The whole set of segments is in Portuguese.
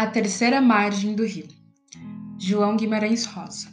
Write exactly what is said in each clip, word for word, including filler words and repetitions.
A terceira margem do rio. João Guimarães Rosa.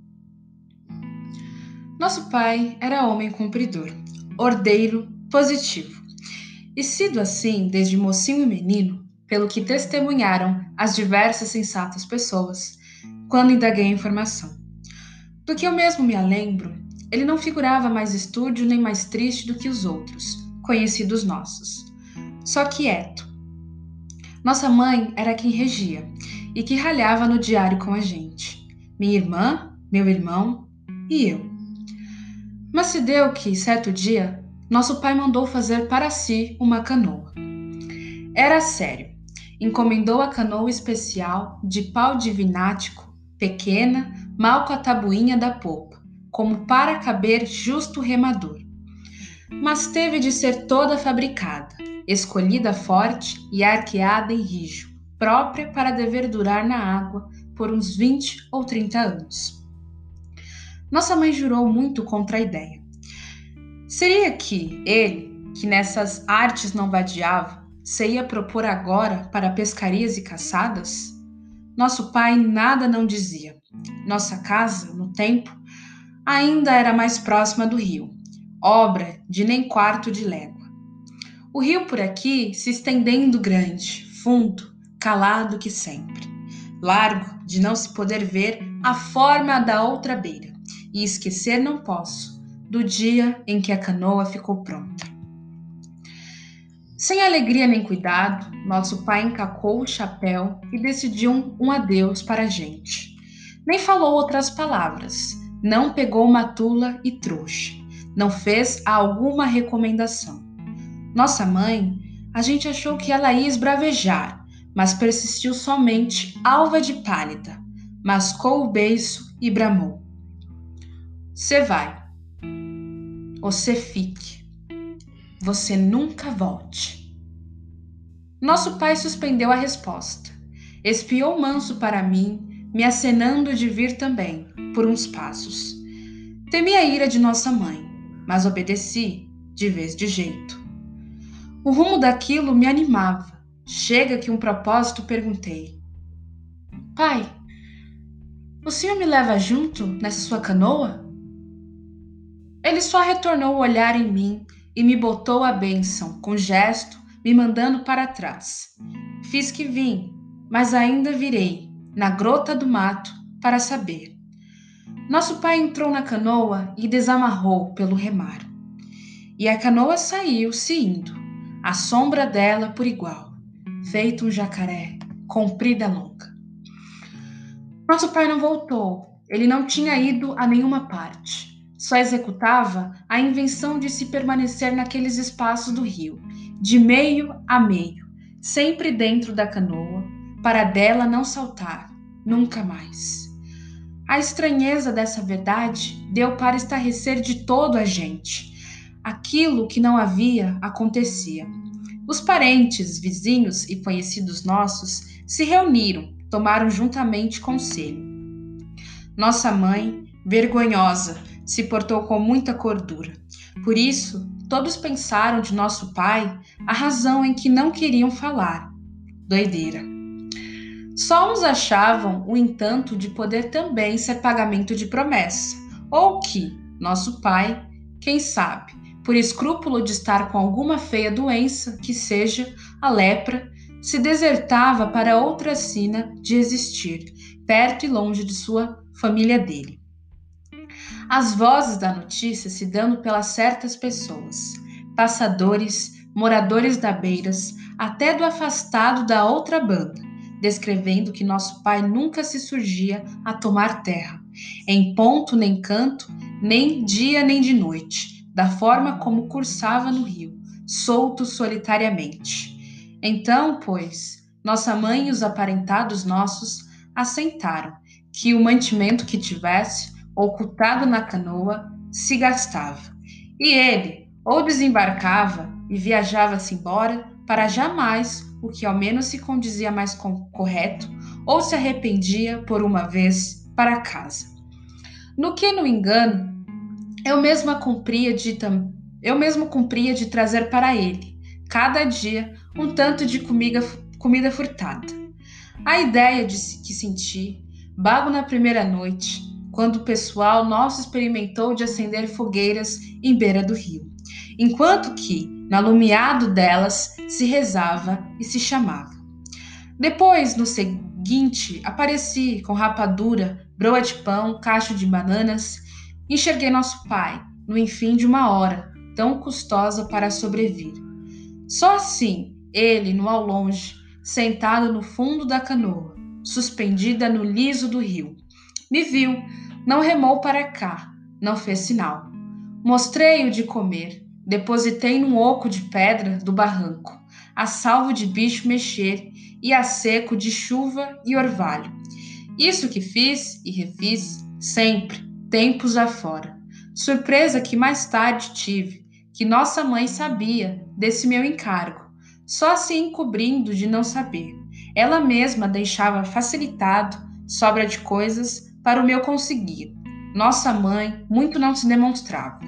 Nosso pai era homem cumpridor, ordeiro, positivo, e sido assim desde mocinho e menino, pelo que testemunharam as diversas sensatas pessoas, quando indaguei a informação. Do que eu mesmo me lembro, ele não figurava mais estúdio nem mais triste do que os outros, conhecidos nossos, só quieto. Nossa mãe era quem regia, e que ralhava no diário com a gente, minha irmã, meu irmão e eu. Mas se deu que, certo dia, nosso pai mandou fazer para si uma canoa. Era sério, encomendou a canoa especial de pau divinático, pequena, mal com a tabuinha da popa, como para caber justo remador. Mas teve de ser toda fabricada, escolhida forte e arqueada em rijo, própria para dever durar na água por uns vinte ou trinta anos. Nossa mãe jurou muito contra a ideia. Seria que ele, que nessas artes não vadiava, se ia propor agora para pescarias e caçadas? Nosso pai nada não dizia. Nossa casa, no tempo, ainda era mais próxima do rio, obra de nem quarto de légua. O rio por aqui se estendendo grande, fundo, calado que sempre, largo de não se poder ver a forma da outra beira, e esquecer não posso do dia em que a canoa ficou pronta. Sem alegria nem cuidado, nosso pai encacou o chapéu e decidiu um, um adeus para a gente. Nem falou outras palavras, não pegou matula e trouxa, não fez alguma recomendação. Nossa mãe, a gente achou que ela ia esbravejar, mas persistiu somente alva de pálida, mascou o beiço e bramou. Cê vai, ou cê fique, você nunca volte. Nosso pai suspendeu a resposta, espiou manso para mim, me acenando de vir também, por uns passos. Temi a ira de nossa mãe, mas obedeci, de vez de jeito. O rumo daquilo me animava. Chega que um propósito perguntei. Pai, o senhor me leva junto nessa sua canoa? Ele só retornou o olhar em mim e me botou a bênção, com gesto, me mandando para trás. Fiz que vim, mas ainda virei, na grota do mato, para saber. Nosso pai entrou na canoa e desamarrou pelo remar. E a canoa saiu se indo, a sombra dela por igual, feito um jacaré, comprida longa. Nosso pai não voltou, ele não tinha ido a nenhuma parte. Só executava a invenção de se permanecer naqueles espaços do rio, de meio a meio, sempre dentro da canoa, para dela não saltar, nunca mais. A estranheza dessa verdade deu para estarrecer de todo a gente. Aquilo que não havia acontecia. Os parentes, vizinhos e conhecidos nossos se reuniram, tomaram juntamente conselho. Nossa mãe, vergonhosa, se portou com muita cordura. Por isso, todos pensaram de nosso pai a razão em que não queriam falar. Doideira. Só uns achavam o entanto de poder também ser pagamento de promessa, ou que, nosso pai, quem sabe, por escrúpulo de estar com alguma feia doença, que seja a lepra, se desertava para outra sina de existir, perto e longe de sua família dele. As vozes da notícia se dando pelas certas pessoas, passadores, moradores da beiras, até do afastado da outra banda, descrevendo que nosso pai nunca se surgia a tomar terra, em ponto nem canto, nem dia nem de noite, da forma como cursava no rio, solto solitariamente. Então, pois, nossa mãe e os aparentados nossos assentaram que o mantimento que tivesse, ocultado na canoa, se gastava, e ele ou desembarcava e viajava-se embora para jamais o que ao menos se condizia mais com correto, ou se arrependia por uma vez para casa. No que, no engano, eu mesma cumpria de, eu mesmo cumpria de trazer para ele, cada dia, um tanto de comida, comida furtada. A ideia de se- que senti, bago na primeira noite, quando o pessoal nosso experimentou de acender fogueiras em beira do rio, enquanto que, no alumiado delas, se rezava e se chamava. Depois, no seguinte, apareci com rapadura, broa de pão, cacho de bananas. Enxerguei nosso pai, no enfim de uma hora, tão custosa para sobrevir. Só assim, ele, no ao longe, sentado no fundo da canoa, suspendida no liso do rio. Me viu, não remou para cá, não fez sinal. Mostrei-o de comer, depositei num oco de pedra do barranco, a salvo de bicho mexer e a seco de chuva e orvalho. Isso que fiz e refiz, sempre, tempos afora. Surpresa que mais tarde tive, que nossa mãe sabia desse meu encargo, só se encobrindo de não saber. Ela mesma deixava facilitado, sobra de coisas, para o meu conseguir. Nossa mãe muito não se demonstrava.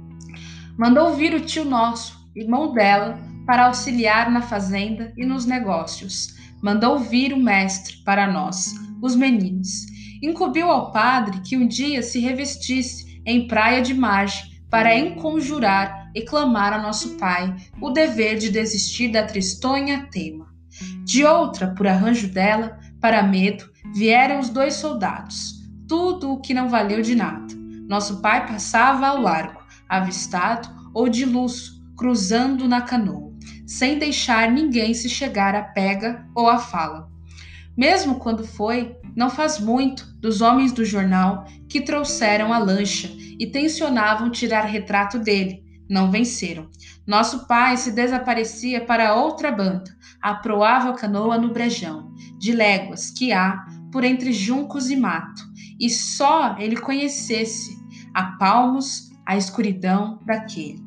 Mandou vir o tio nosso, irmão dela, para auxiliar na fazenda e nos negócios. Mandou vir o mestre para nós, os meninos. Incumbiu ao padre que um dia se revestisse em praia de margem para enconjurar e clamar a nosso pai o dever de desistir da tristonha teima. De outra, por arranjo dela, para medo, vieram os dois soldados. Tudo o que não valeu de nada. Nosso pai passava ao largo, avistado ou de luço, cruzando na canoa, sem deixar ninguém se chegar à pega ou à fala. Mesmo quando foi, não faz muito, dos homens do jornal que trouxeram a lancha e tencionavam tirar retrato dele. Não venceram. Nosso pai se desaparecia para outra banda, aproava a canoa no brejão, de léguas que há por entre juncos e mato, e só ele conhecesse a palmos a escuridão daquele.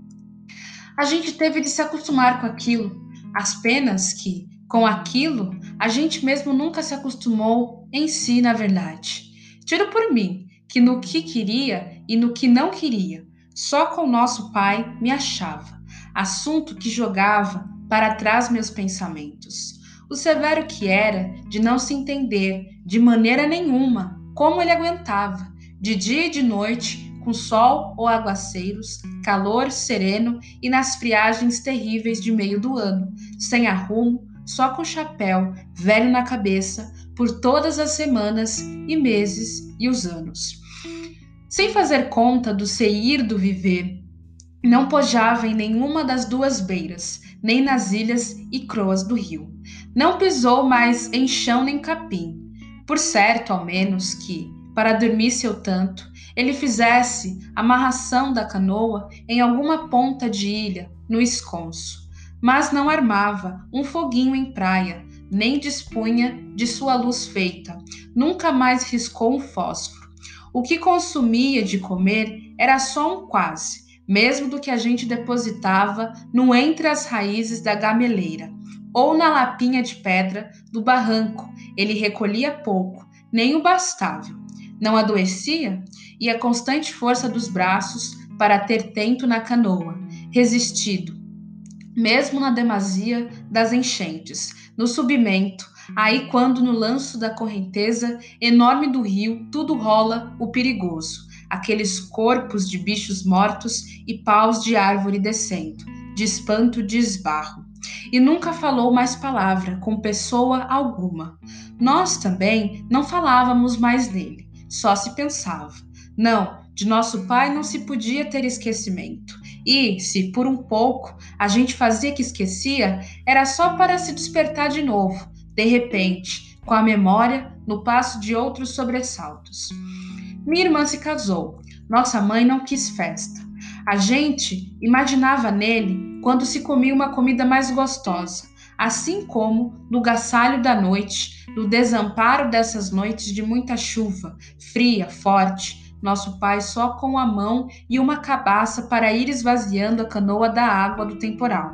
A gente teve de se acostumar com aquilo, as penas que, com aquilo, a gente mesmo nunca se acostumou em si, na verdade. Tiro por mim, que no que queria e no que não queria, só com nosso pai me achava, assunto que jogava para trás meus pensamentos. O severo que era de não se entender de maneira nenhuma como ele aguentava, de dia e de noite, com sol ou aguaceiros, calor sereno e nas friagens terríveis de meio do ano, sem arrumo, só com chapéu, velho na cabeça, por todas as semanas e meses e os anos. Sem fazer conta do seir do viver, não pojava em nenhuma das duas beiras, nem nas ilhas e croas do rio. Não pisou mais em chão nem capim. Por certo, ao menos, que, para dormir seu tanto, ele fizesse amarração da canoa em alguma ponta de ilha, no esconso. Mas não armava um foguinho em praia, nem dispunha de sua luz feita. Nunca mais riscou um fósforo. O que consumia de comer era só um quase, mesmo do que a gente depositava no entre as raízes da gameleira, ou na lapinha de pedra do barranco. Ele recolhia pouco, nem o bastável. Não adoecia? E a constante força dos braços para ter tento na canoa, resistido, mesmo na demasia das enchentes, no submento, aí quando no lanço da correnteza enorme do rio tudo rola o perigoso, aqueles corpos de bichos mortos e paus de árvore descendo, de espanto de esbarro. E nunca falou mais palavra com pessoa alguma. Nós também não falávamos mais nele, só se pensava. Não, de nosso pai não se podia ter esquecimento. E, se por um pouco a gente fazia que esquecia, era só para se despertar de novo, de repente, com a memória no passo de outros sobressaltos. Minha irmã se casou. Nossa mãe não quis festa. A gente imaginava nele quando se comia uma comida mais gostosa, assim como no gaçalho da noite, no desamparo dessas noites de muita chuva, fria, forte, nosso pai só com a mão e uma cabaça para ir esvaziando a canoa da água do temporal.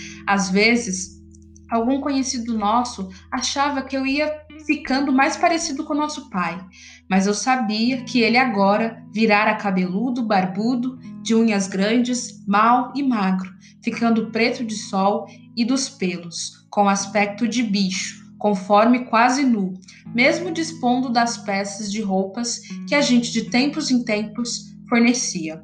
Às vezes, algum conhecido nosso achava que eu ia ficando mais parecido com nosso pai, mas eu sabia que ele agora virara cabeludo, barbudo, de unhas grandes, mau e magro, ficando preto de sol e dos pelos, com aspecto de bicho, conforme quase nu, mesmo dispondo das peças de roupas que a gente de tempos em tempos fornecia.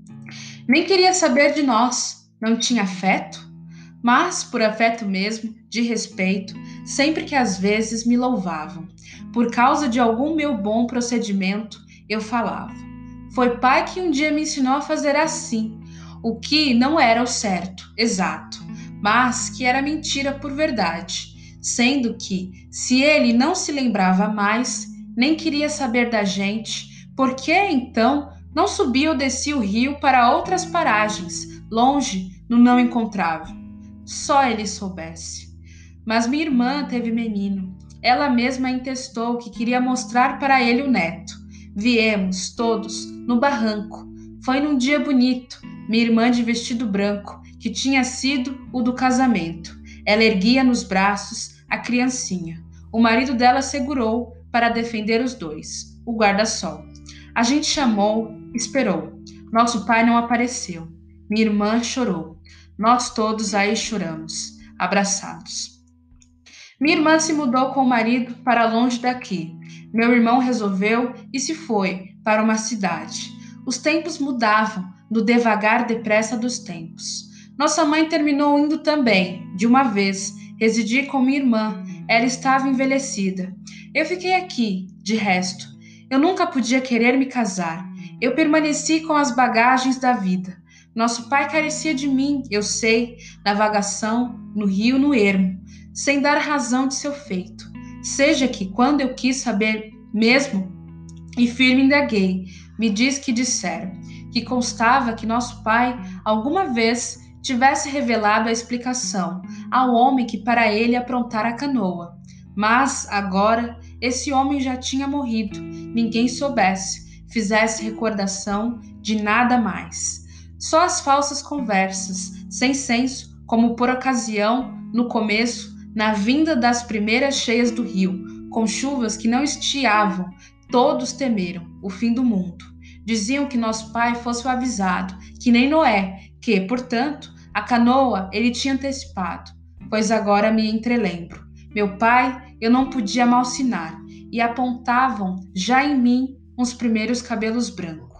Nem queria saber de nós, não tinha afeto? Mas, por afeto mesmo, de respeito, sempre que às vezes me louvavam. Por causa de algum meu bom procedimento, eu falava. Foi pai que um dia me ensinou a fazer assim, o que não era o certo, exato, mas que era mentira por verdade, sendo que, se ele não se lembrava mais, nem queria saber da gente, por que então não subia ou descia o rio para outras paragens, longe, no não encontrável? Só ele soubesse. Mas minha irmã teve menino. Ela mesma intestou que queria mostrar para ele o neto. Viemos, todos, no barranco. Foi num dia bonito. Minha irmã de vestido branco, que tinha sido o do casamento. Ela erguia nos braços a criancinha. O marido dela segurou para defender os dois, o guarda-sol. A gente chamou, esperou. Nosso pai não apareceu. Minha irmã chorou. Nós todos aí choramos, abraçados. Minha irmã se mudou com o marido para longe daqui. Meu irmão resolveu e se foi para uma cidade. Os tempos mudavam, no devagar depressa dos tempos. Nossa mãe terminou indo também, de uma vez. Residi com minha irmã. Ela estava envelhecida. Eu fiquei aqui, de resto. Eu nunca podia querer me casar. Eu permaneci com as bagagens da vida. Nosso pai carecia de mim, eu sei, na vagação, no rio, no ermo, sem dar razão de seu feito. Seja que, quando eu quis saber mesmo, e firme indaguei, me diz que disseram, que constava que nosso pai, alguma vez, tivesse revelado a explicação ao homem que para ele aprontara a canoa. Mas, agora, esse homem já tinha morrido, ninguém soubesse, fizesse recordação de nada mais. Só as falsas conversas, sem senso, como por ocasião, no começo, na vinda das primeiras cheias do rio, com chuvas que não estiavam, todos temeram o fim do mundo. Diziam que nosso pai fosse o avisado, que nem Noé, que, portanto, a canoa ele tinha antecipado. Pois agora me entrelembro. Meu pai eu não podia malsinar, e apontavam já em mim uns primeiros cabelos brancos.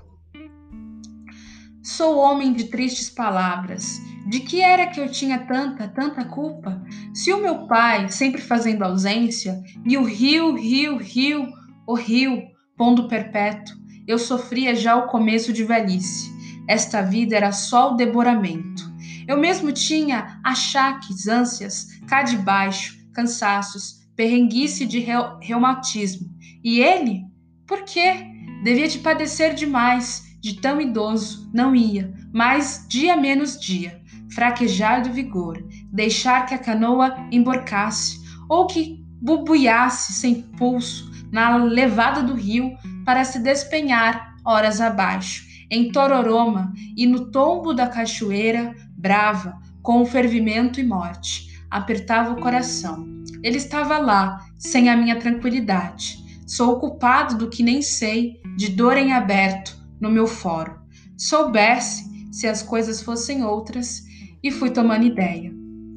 Sou homem de tristes palavras. De que era que eu tinha tanta, tanta culpa? Se o meu pai, sempre fazendo ausência, e o rio, rio, rio, o rio, pondo perpétuo, eu sofria já o começo de velhice. Esta vida era só o devoramento. Eu mesmo tinha achaques, ânsias, cá de baixo, cansaços, perrenguice de reu- reumatismo. E ele? Por quê? Devia de padecer demais, de tão idoso, não ia, mas dia menos dia, fraquejar do vigor, deixar que a canoa emborcasse, ou que bubuiasse sem pulso na levada do rio para se despenhar horas abaixo, em Tororoma e no tombo da cachoeira, brava, com o fervimento e morte. Apertava o coração. Ele estava lá, sem a minha tranquilidade. Sou culpado do que nem sei, de dor em aberto, no meu fórum. Soubesse se as coisas fossem outras, e fui tomando ideia.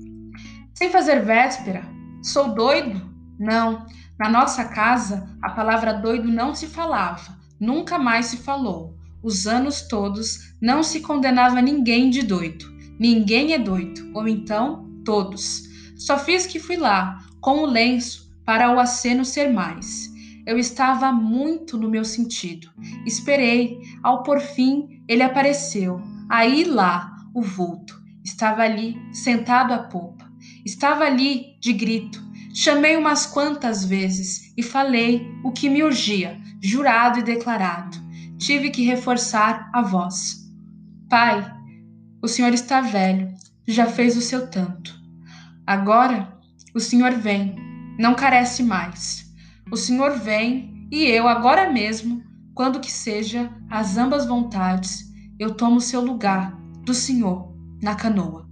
Sem fazer véspera? Sou doido? Não. Na nossa casa, a palavra doido não se falava, nunca mais se falou. Os anos todos não se condenava ninguém de doido. Ninguém é doido, ou então todos. Só fiz que fui lá, com o lenço, para o aceno ser mais. Eu estava muito no meu sentido. Esperei, ao por fim ele apareceu. Aí lá, o vulto. Estava ali, sentado à popa. Estava ali, de grito. Chamei umas quantas vezes e falei o que me urgia, jurado e declarado. Tive que reforçar a voz. Pai, o senhor está velho, já fez o seu tanto. Agora, o senhor vem, não carece mais. O senhor vem e eu, agora mesmo, quando que seja, as ambas vontades, eu tomo seu lugar, do senhor, na canoa.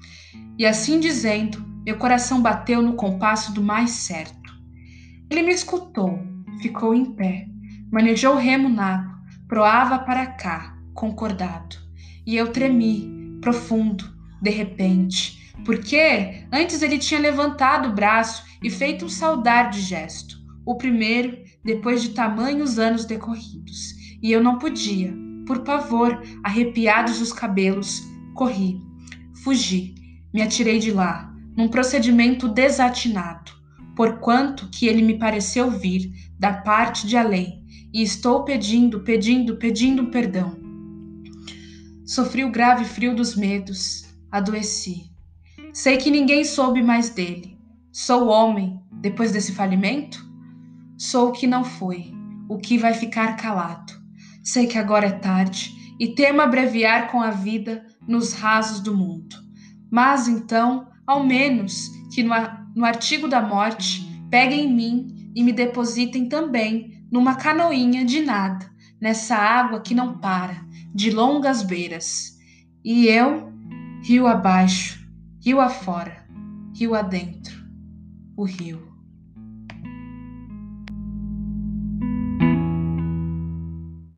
E assim dizendo, meu coração bateu no compasso do mais certo. Ele me escutou, ficou em pé, manejou o remo na água, proava para cá, concordado. E eu tremi, profundo, de repente. Porque antes ele tinha levantado o braço e feito um saudar de gesto, o primeiro depois de tamanhos anos decorridos. E eu não podia, por pavor, arrepiados os cabelos, corri, fugi, me atirei de lá, num procedimento desatinado, porquanto que ele me pareceu vir da parte de além, e estou pedindo, pedindo, pedindo perdão. Sofri o grave frio dos medos, adoeci. Sei que ninguém soube mais dele. Sou homem, depois desse falimento? Sou o que não foi, o que vai ficar calado. Sei que agora é tarde e temo abreviar com a vida nos rasos do mundo. Mas então, ao menos, que no, no artigo da morte, peguem em mim e me depositem também numa canoinha de nada, nessa água que não para, de longas beiras. E eu, rio abaixo, rio afora, rio adentro, o rio.